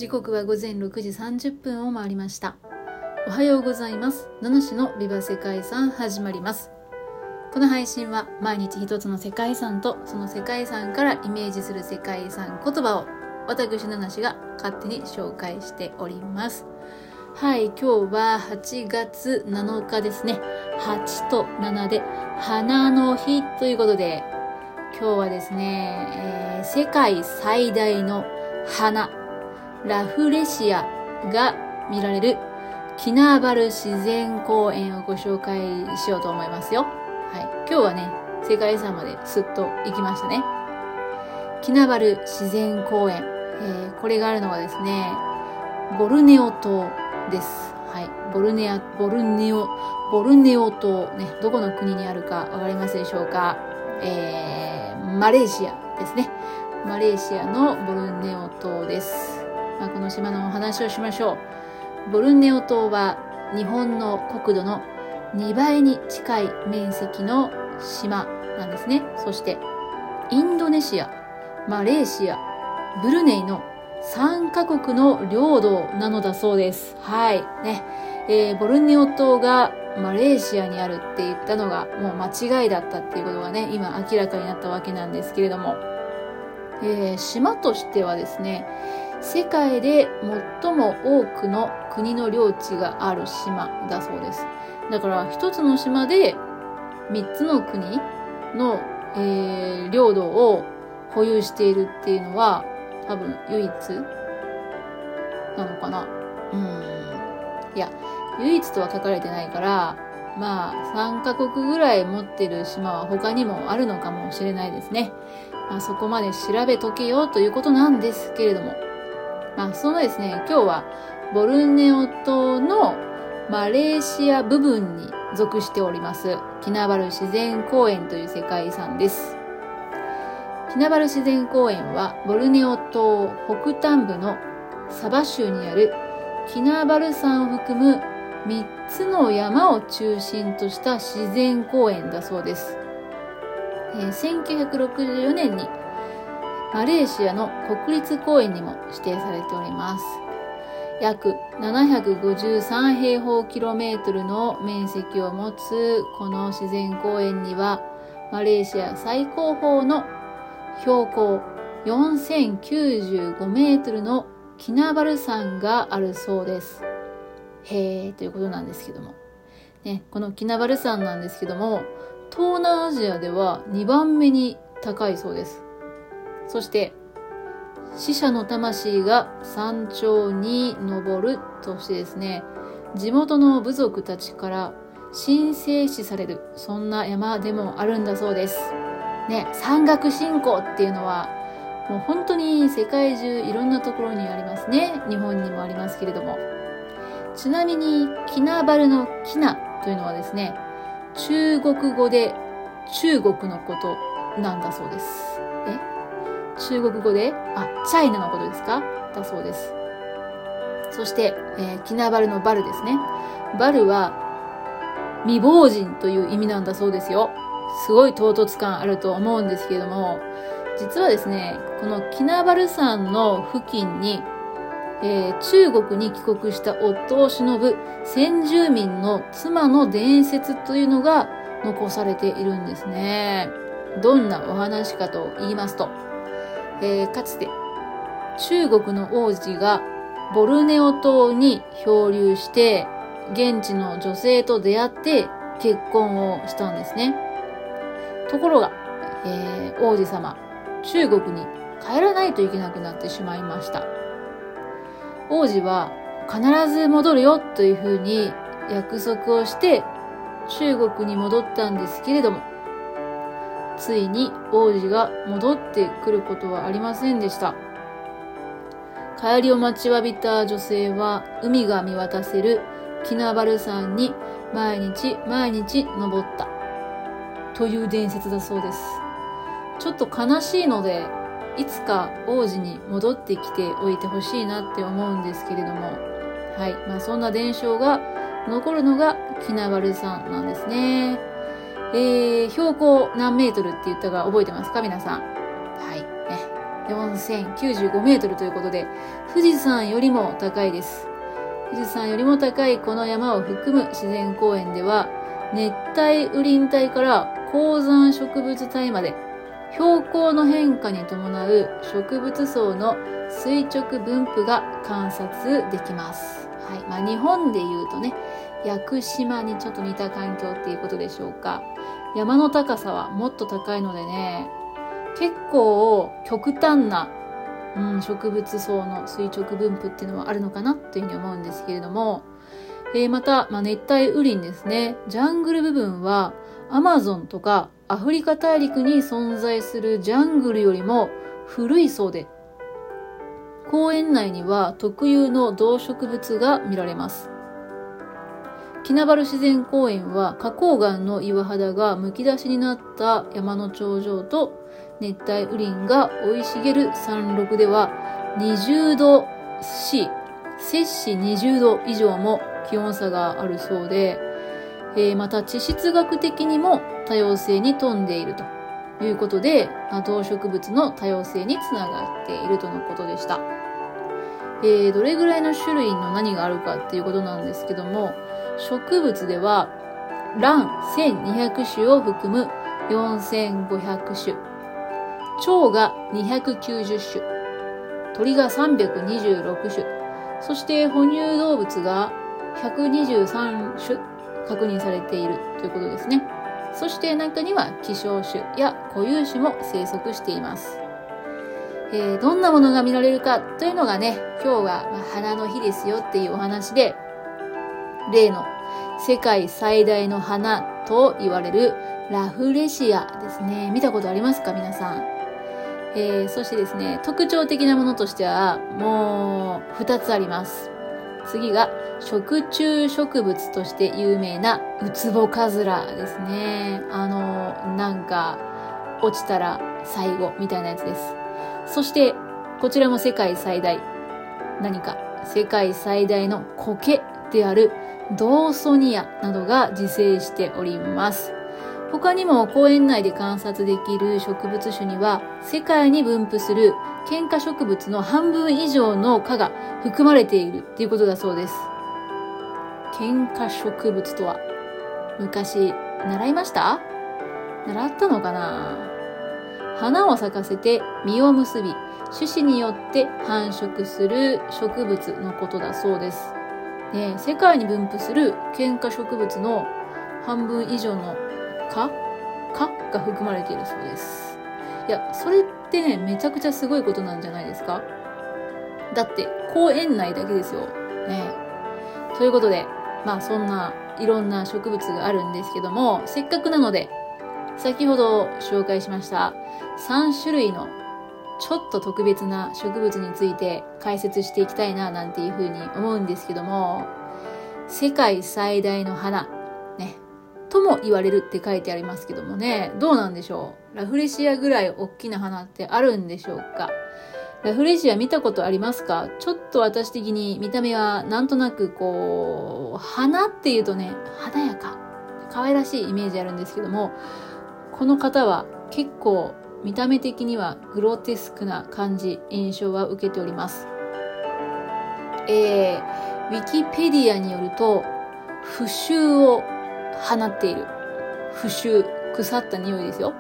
時刻は午前6時30分を回りました。おはようございます。七種のビバ世界遺産始まります。この配信は毎日一つの世界遺産とその世界遺産からイメージする世界遺産言葉を私七種が勝手に紹介しております。はい、今日は8月7日ですね。8と7で花の日ということで、今日はですね、世界最大の花ラフレシアが見られるキナバル自然公園をご紹介しようと思いますよ。はい、今日はね、世界遺産まですっと行きましたね。キナバル自然公園、これがあるのはですね、ボルネオ島です。はい、ボルネオ島ね、どこの国にあるかわかりますでしょうか。マレーシアですね。マレーシアのボルネオ島です。この島のお話をしましょう。ボルネオ島は日本の国土の2倍に近い面積の島なんですね。そしてインドネシア、マレーシア、ブルネイの3カ国の領土なのだそうです。はいね、ボルネオ島がマレーシアにあるって言ったのがもう間違いだったっていうことがね、今明らかになったわけなんですけれども、島としてはですね、世界で最も多くの国の領地がある島だそうです。だから一つの島で3つの国の、領土を保有しているっていうのは多分唯一なのかな。いや、唯一とは書かれてないから、3カ国ぐらい持ってる島は他にもあるのかもしれないですね。そこまで調べとけよということなんですけれども、そのですね、今日はボルネオ島のマレーシア部分に属しておりますキナバル自然公園という世界遺産です。キナバル自然公園はボルネオ島北端部のサバ州にあるキナバル山を含む3つの山を中心とした自然公園だそうです。1964年にマレーシアの国立公園にも指定されております。約753平方キロメートルの面積を持つこの自然公園には、マレーシア最高峰の標高4095メートルのキナバル山があるそうです。ということなんですけども、ね、このキナバル山なんですけども、東南アジアでは2番目に高いそうです。そして死者の魂が山頂に登るとしてですね、地元の部族たちから神聖視される、そんな山でもあるんだそうですね。山岳信仰っていうのはもう本当に世界中いろんなところにありますね。日本にもありますけれども、ちなみにキナバルのキナというのはですね、中国語で中国のことなんだそうです。中国語でチャイナのことですかだそうです。そして、キナバルのバルですね。バルは未亡人という意味なんだそうですよ。すごい唐突感あると思うんですけれども、実はですね、このキナバル山の付近に、中国に帰国した夫を偲ぶ先住民の妻の伝説というのが残されているんですね。どんなお話かと言いますと、かつて中国の王子がボルネオ島に漂流して現地の女性と出会って結婚をしたんですね。ところが、王子様、中国に帰らないといけなくなってしまいました。王子は必ず戻るよというふうに約束をして中国に戻ったんですけれども、ついに王子が戻ってくることはありませんでした。帰りを待ちわびた女性は海が見渡せるキナバル山に毎日登ったという伝説だそうです。ちょっと悲しいので、いつか王子に戻ってきておいてほしいなって思うんですけれども、はい、そんな伝承が残るのがキナバル山なんですね。標高何メートルって言ったか覚えてますか皆さん。はいね。 4095メートルということで、富士山よりも高いです。富士山よりも高いこの山を含む自然公園では、熱帯雨林帯から高山植物帯まで、標高の変化に伴う植物層の垂直分布が観察できます。はい。日本で言うとね、屋久島にちょっと似た環境っていうことでしょうか。山の高さはもっと高いのでね、結構極端な、植物層の垂直分布っていうのはあるのかなというふうに思うんですけれども、また、熱帯雨林ですね。ジャングル部分はアマゾンとかアフリカ大陸に存在するジャングルよりも古いそうで、公園内には特有の動植物が見られます。キナバル自然公園は花崗岩の岩肌がむき出しになった山の頂上と熱帯雨林が生い茂る山麓では20度C、摂氏20度以上も気温差があるそうで、また地質学的にも多様性に富んでいるということで、動植物の多様性につながっているとのことでした。どれぐらいの種類の何があるかっていうことなんですけども、植物では蘭1200種を含む4500種、蝶が290種、鳥が326種、そして哺乳動物が123種確認されているということですね。そして中には希少種や固有種も生息しています。どんなものが見られるかというのがね、今日は花の日ですよっていうお話で、例の世界最大の花と言われるラフレシアですね。見たことありますか皆さん。そしてですね、特徴的なものとしてはもう2つあります。次が食虫植物として有名なウツボカズラですね。なんか落ちたら最後みたいなやつです。そしてこちらも世界最大、世界最大の苔であるドーソニアなどが自生しております。他にも公園内で観察できる植物種には世界に分布する喧嘩植物の半分以上の科が含まれているということだそうです。喧嘩植物とは昔習いました？習ったのかな？花を咲かせて実を結び、種子によって繁殖する植物のことだそうです。世界に分布する喧嘩植物の半分以上の科が含まれているそうです。いや、それってね、めちゃくちゃすごいことなんじゃないですか？だって公園内だけですよ。ということで、そんないろんな植物があるんですけども、せっかくなので先ほど紹介しました3種類のちょっと特別な植物について解説していきたいななんていうふうに思うんですけども、世界最大の花ねとも言われるって書いてありますけどもね、どうなんでしょう。ラフレシアぐらい大きな花ってあるんでしょうか。ラフレシア見たことありますか？ちょっと私的に見た目はなんとなく花っていうとね、華やか可愛らしいイメージあるんですけども、この方は結構見た目的にはグロテスクな印象は受けております。ウィキペディアによると、腐臭を放っている。腐臭、腐った匂いですよ。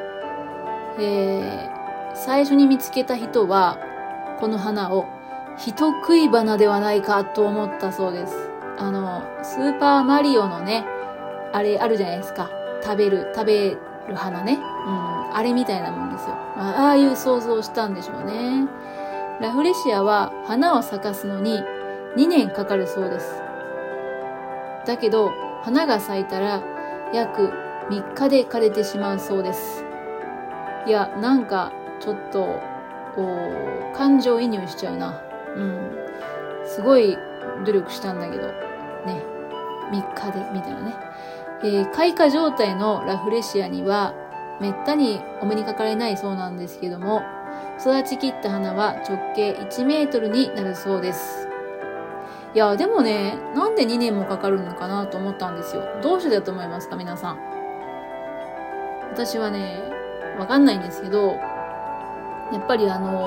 最初に見つけた人は、この花を人食い花ではないかと思ったそうです。スーパーマリオのね、あれあるじゃないですか。食べる花ね。あれみたいなもんですよ。ああいう想像をしたんでしょうね。ラフレシアは花を咲かすのに2年かかるそうです。だけど、花が咲いたら約3日で枯れてしまうそうです。いや、なんかちょっと感情移入しちゃうな。すごい努力したんだけどね、3日でみたいなね。開花状態のラフレシアにはめったにお目にかかれないそうなんですけども、育ちきった花は直径1メートルになるそうです。いや、でもね、なんで2年もかかるのかなと思ったんですよ。どうしてだと思いますか皆さん。私はね、わかんないんですけど、 やっぱり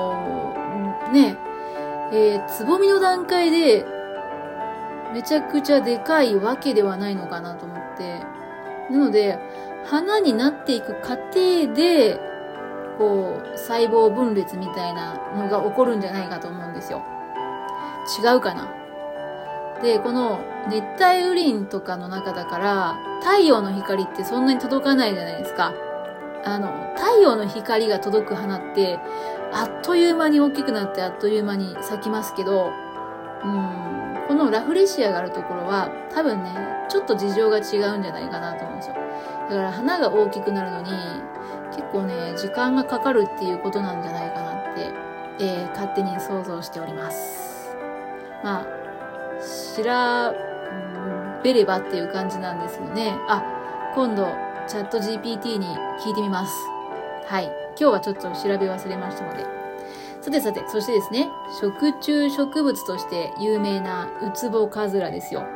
つぼみの段階でめちゃくちゃでかいわけではないのかなと思って、なので花になっていく過程でこう細胞分裂みたいなのが起こるんじゃないかと思うんですよ。違うかな。で、この熱帯雨林とかの中だから太陽の光ってそんなに届かないじゃないですか。太陽の光が届く花ってあっという間に大きくなってあっという間に咲きますけど、このラフレシアがあるところは多分ね、ちょっと事情が違うんじゃないかなと思うんですよ。だから花が大きくなるのに結構ね、時間がかかるっていうことなんじゃないかなって、勝手に想像しております。まあ、調べればっていう感じなんですよね。今度チャット GPT に聞いてみます。はい。今日はちょっと調べ忘れましたので。さて、そしてですね、食虫植物として有名なウツボカズラですよ。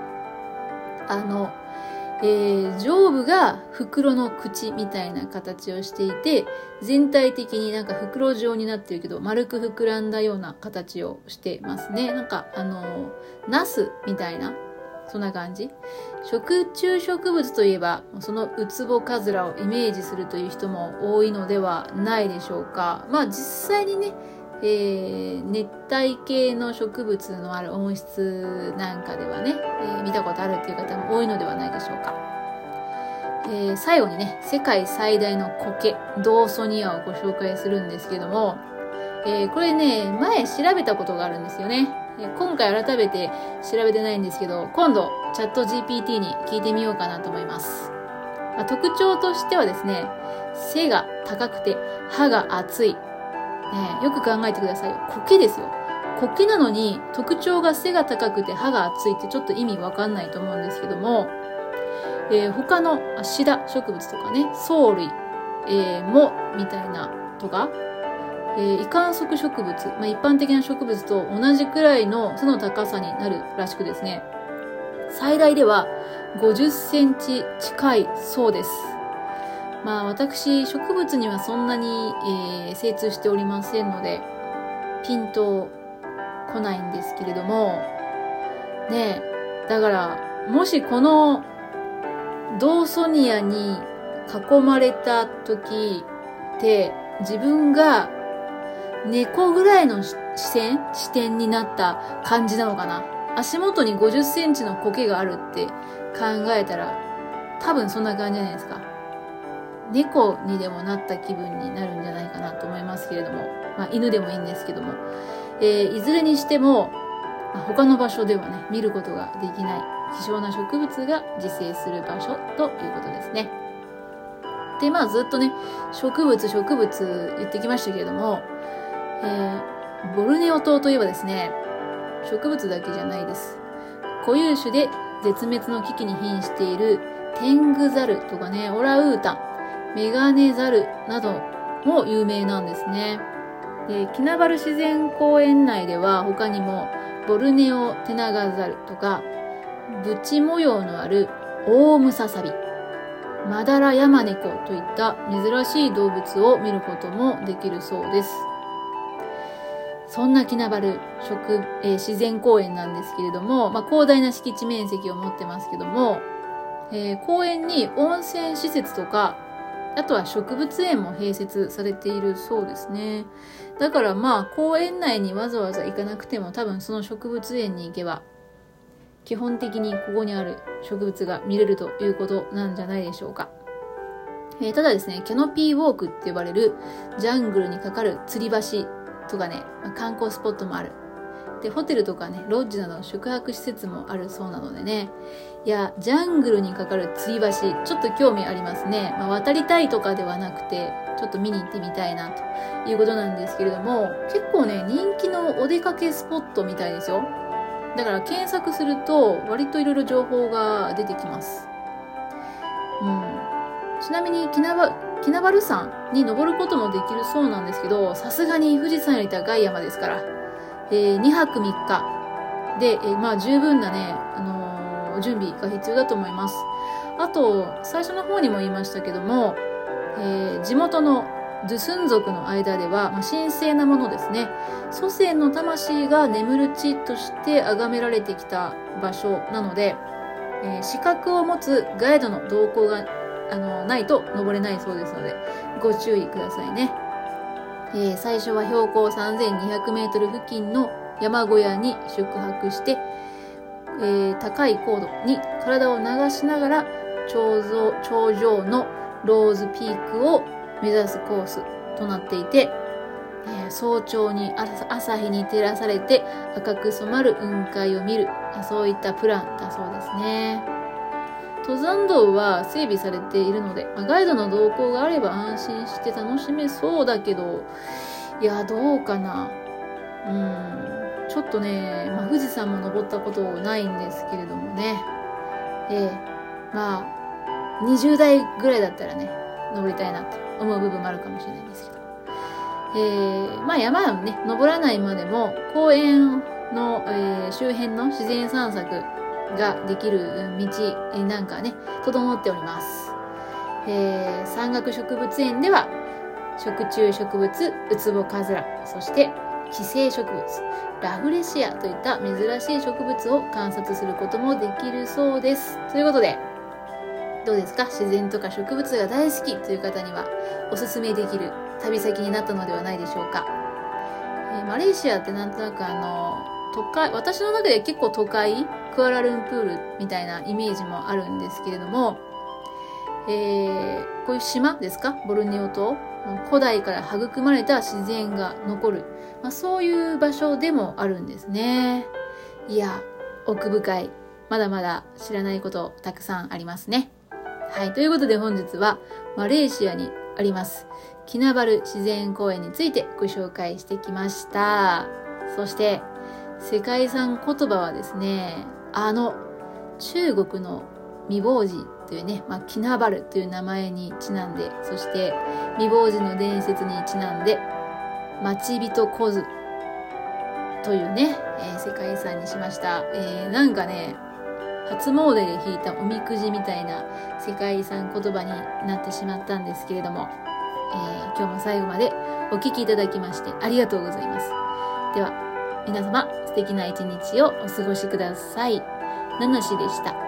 上部が袋の口みたいな形をしていて、全体的になんか袋状になってるけど、丸く膨らんだような形をしてますね。なんかナスみたいな、そんな感じ。食虫植物といえば、そのウツボカズラをイメージするという人も多いのではないでしょうか。まあ実際にね、熱帯系の植物のある温室なんかではね、見たことあるっていう方も多いのではないでしょうか。最後にね、世界最大の苔、ドーソニアをご紹介するんですけども、これね、前調べたことがあるんですよね。今回改めて調べてないんですけど、今度チャット GPT に聞いてみようかなと思います。特徴としてはですね、背が高くて葉が厚い。よく考えてくださいよ。苔ですよ。苔なのに特徴が背が高くて葉が厚いってちょっと意味わかんないと思うんですけども、他のシダ植物とかね、藻類、藻みたいなとか、異観測植物、一般的な植物と同じくらいの背の高さになるらしくですね、最大では50センチ近いそうです。私、植物にはそんなに、精通しておりませんので、ピンと来ないんですけれども、ねえ、だから、もしこのドーソニアに囲まれた時って、自分が猫ぐらいの視点になった感じなのかな。足元に50センチの苔があるって考えたら、多分そんな感じじゃないですか。猫にでもなった気分になるんじゃないかなと思いますけれども、犬でもいいんですけども、いずれにしても、他の場所ではね、見ることができない希少な植物が自生する場所ということですね。で、ずっとね、植物言ってきましたけれども、ボルネオ島といえばですね、植物だけじゃないです。固有種で絶滅の危機に瀕しているテングザルとかね、オランウータン、メガネザルなども有名なんですね。で、キナバル自然公園内では他にもボルネオテナガザルとか、ブチ模様のあるオオムササビ、マダラヤマネコといった珍しい動物を見ることもできるそうです。そんなキナバル自然公園なんですけれども、広大な敷地面積を持ってますけども、公園に温泉施設とか、あとは植物園も併設されているそうですね。だから公園内にわざわざ行かなくても多分その植物園に行けば、基本的にここにある植物が見れるということなんじゃないでしょうか。ただですね、キャノピーウォークって呼ばれるジャングルにかかる吊り橋とかね、観光スポットもある。で、ホテルとかね、ロッジなど宿泊施設もあるそうなのでね。いや、ジャングルにかかる吊り橋、ちょっと興味ありますね。渡りたいとかではなくて、ちょっと見に行ってみたいなということなんですけれども、結構ね、人気のお出かけスポットみたいですよ。だから検索すると、割といろいろ情報が出てきます。ちなみにキナバル山に登ることもできるそうなんですけど、さすがに富士山より高い山ですから、2泊3日で、十分なね、準備が必要だと思います。あと、最初の方にも言いましたけども、地元のドゥスン族の間では、神聖なものですね。祖先の魂が眠る地として崇められてきた場所なので、資格を持つガイドの同行がないと登れないそうですので、ご注意くださいね。最初は標高3200メートル付近の山小屋に宿泊して、高い高度に体を流しながら頂上のローズピークを目指すコースとなっていて、早朝に朝日に照らされて赤く染まる雲海を見る、そういったプランだそうですね。登山道は整備されているので、ガイドの同行があれば安心して楽しめそうだけど、いやどうかな。ちょっとね、富士山も登ったことないんですけれどもね、20代ぐらいだったらね登りたいなって思う部分もあるかもしれないんですけど、山をね登らないまでも公園の、周辺の自然散策ができる道なんかね整っております。山岳植物園では食虫植物ウツボカズラ、そして寄生植物ラフレシアといった珍しい植物を観察することもできるそうです。ということでどうですか？自然とか植物が大好きという方にはおすすめできる旅先になったのではないでしょうか。マレーシアってなんとなく都会、私の中では結構都会、クアラルンプールみたいなイメージもあるんですけれども、こういう島ですか？ボルネオ島、古代から育まれた自然が残る、そういう場所でもあるんですね。いや、奥深い。まだまだ知らないことたくさんありますね。はい。ということで本日はマレーシアにありますキナバル自然公園についてご紹介してきました。そして世界遺産言葉はですね、中国の未亡人というね、キナバルという名前にちなんで、そして未亡人の伝説にちなんで待ち人こずというね、世界遺産にしました。なんかね、初詣で引いたおみくじみたいな世界遺産言葉になってしまったんですけれども、今日も最後までお聞きいただきましてありがとうございます。では皆様素敵な一日をお過ごしください。ナナシでした。